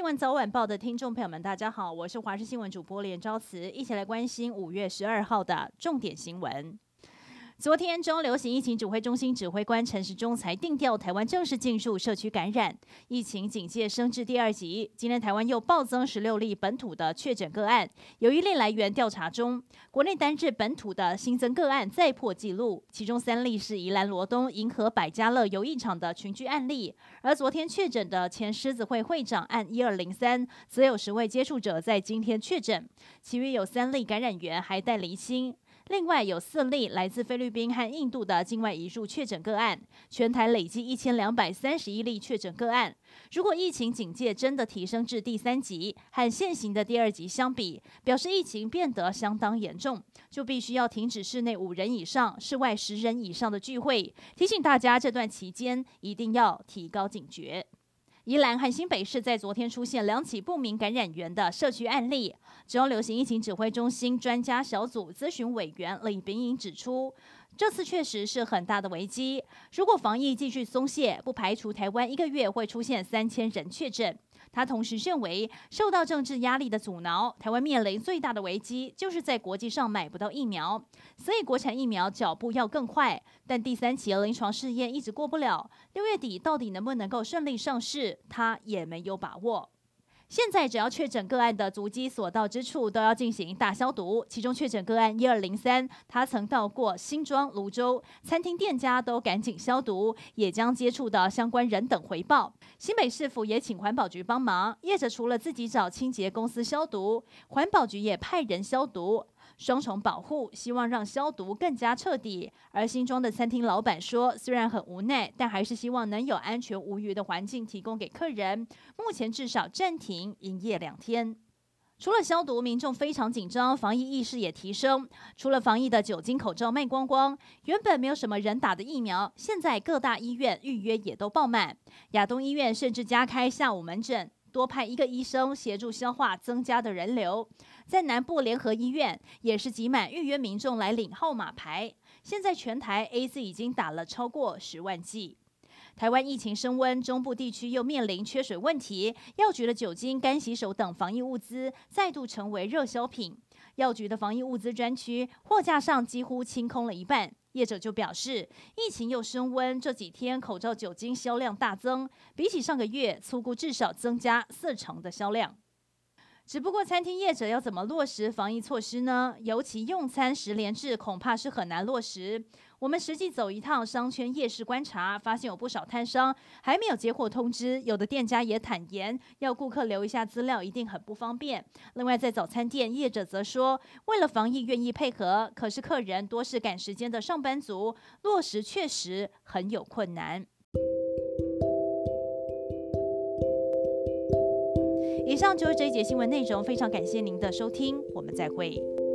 闻早晚报的听众朋友们，大家好，我是华视新闻主播连昭慈，一起来关心5月12号的重点新闻。昨天，中央流行疫情指挥中心指挥官陈时中才定调，台湾正式进入社区感染，疫情警戒升至第2级。今天台湾又暴增16例本土的确诊个案，有1例来源调查中。国内单日本土的新增个案再破纪录，其中3例是宜兰罗东银河百家乐游艺场的群聚案例，而昨天确诊的前狮子会会长案1203，则有10位接触者在今天确诊，其余有3例感染源还待厘清。另外有4例来自菲律宾和印度的境外移入确诊个案，全台累计1231例确诊个案。如果疫情警戒真的提升至第3级，和现行的第2级相比，表示疫情变得相当严重，就必须要停止室内5人以上、室外10人以上的聚会。提醒大家这段期间一定要提高警觉。宜兰和新北市在昨天出现2起不明感染源的社区案例。中央流行疫情指挥中心专家小组咨询委员李秉颖指出，这次确实是很大的危机。如果防疫继续松懈，不排除台湾1个月会出现3000人确诊。他同时认为，受到政治压力的阻挠，台湾面临最大的危机就是在国际上买不到疫苗，所以国产疫苗脚步要更快。但第3期的临床试验一直过不了，6月底到底能不能够顺利上市，他也没有把握。现在只要确诊个案的足迹所到之处都要进行大消毒，其中确诊个案1203，他曾到过新庄、蘆洲，餐厅店家都赶紧消毒，也将接触的相关人等回报。新北市府也请环保局帮忙，业者除了自己找清洁公司消毒，环保局也派人消毒，双重保护，希望让消毒更加彻底。而新庄的餐厅老板说，虽然很无奈，但还是希望能有安全无虞的环境提供给客人，目前至少暂停营业2天。除了消毒，民众非常紧张，防疫意识也提升。除了防疫的酒精口罩卖光光，原本没有什么人打的疫苗，现在各大医院预约也都爆满。亚东医院甚至加开下午门诊，多派1个医生协助消化增加的人流。在南部联合医院也是挤满预约民众来领号码牌。现在全台 AZ 已经打了超过10万剂。台湾疫情升温，中部地区又面临缺水问题，药局的酒精、干洗手等防疫物资再度成为热销品。药局的防疫物资专区货架上几乎清空了一半。业者就表示，疫情又升温，这几天口罩、酒精销量大增，比起上个月，粗估至少增加40%的销量。只不过餐厅业者要怎么落实防疫措施呢？尤其用餐10连制恐怕是很难落实。我们实际走一趟商圈夜市观察，发现有不少摊商还没有接获通知，有的店家也坦言要顾客留一下资料一定很不方便。另外在早餐店，业者则说为了防疫愿意配合，可是客人多是赶时间的上班族，落实确实很有困难。以上就是这一节新闻内容，非常感谢您的收听，我们再会。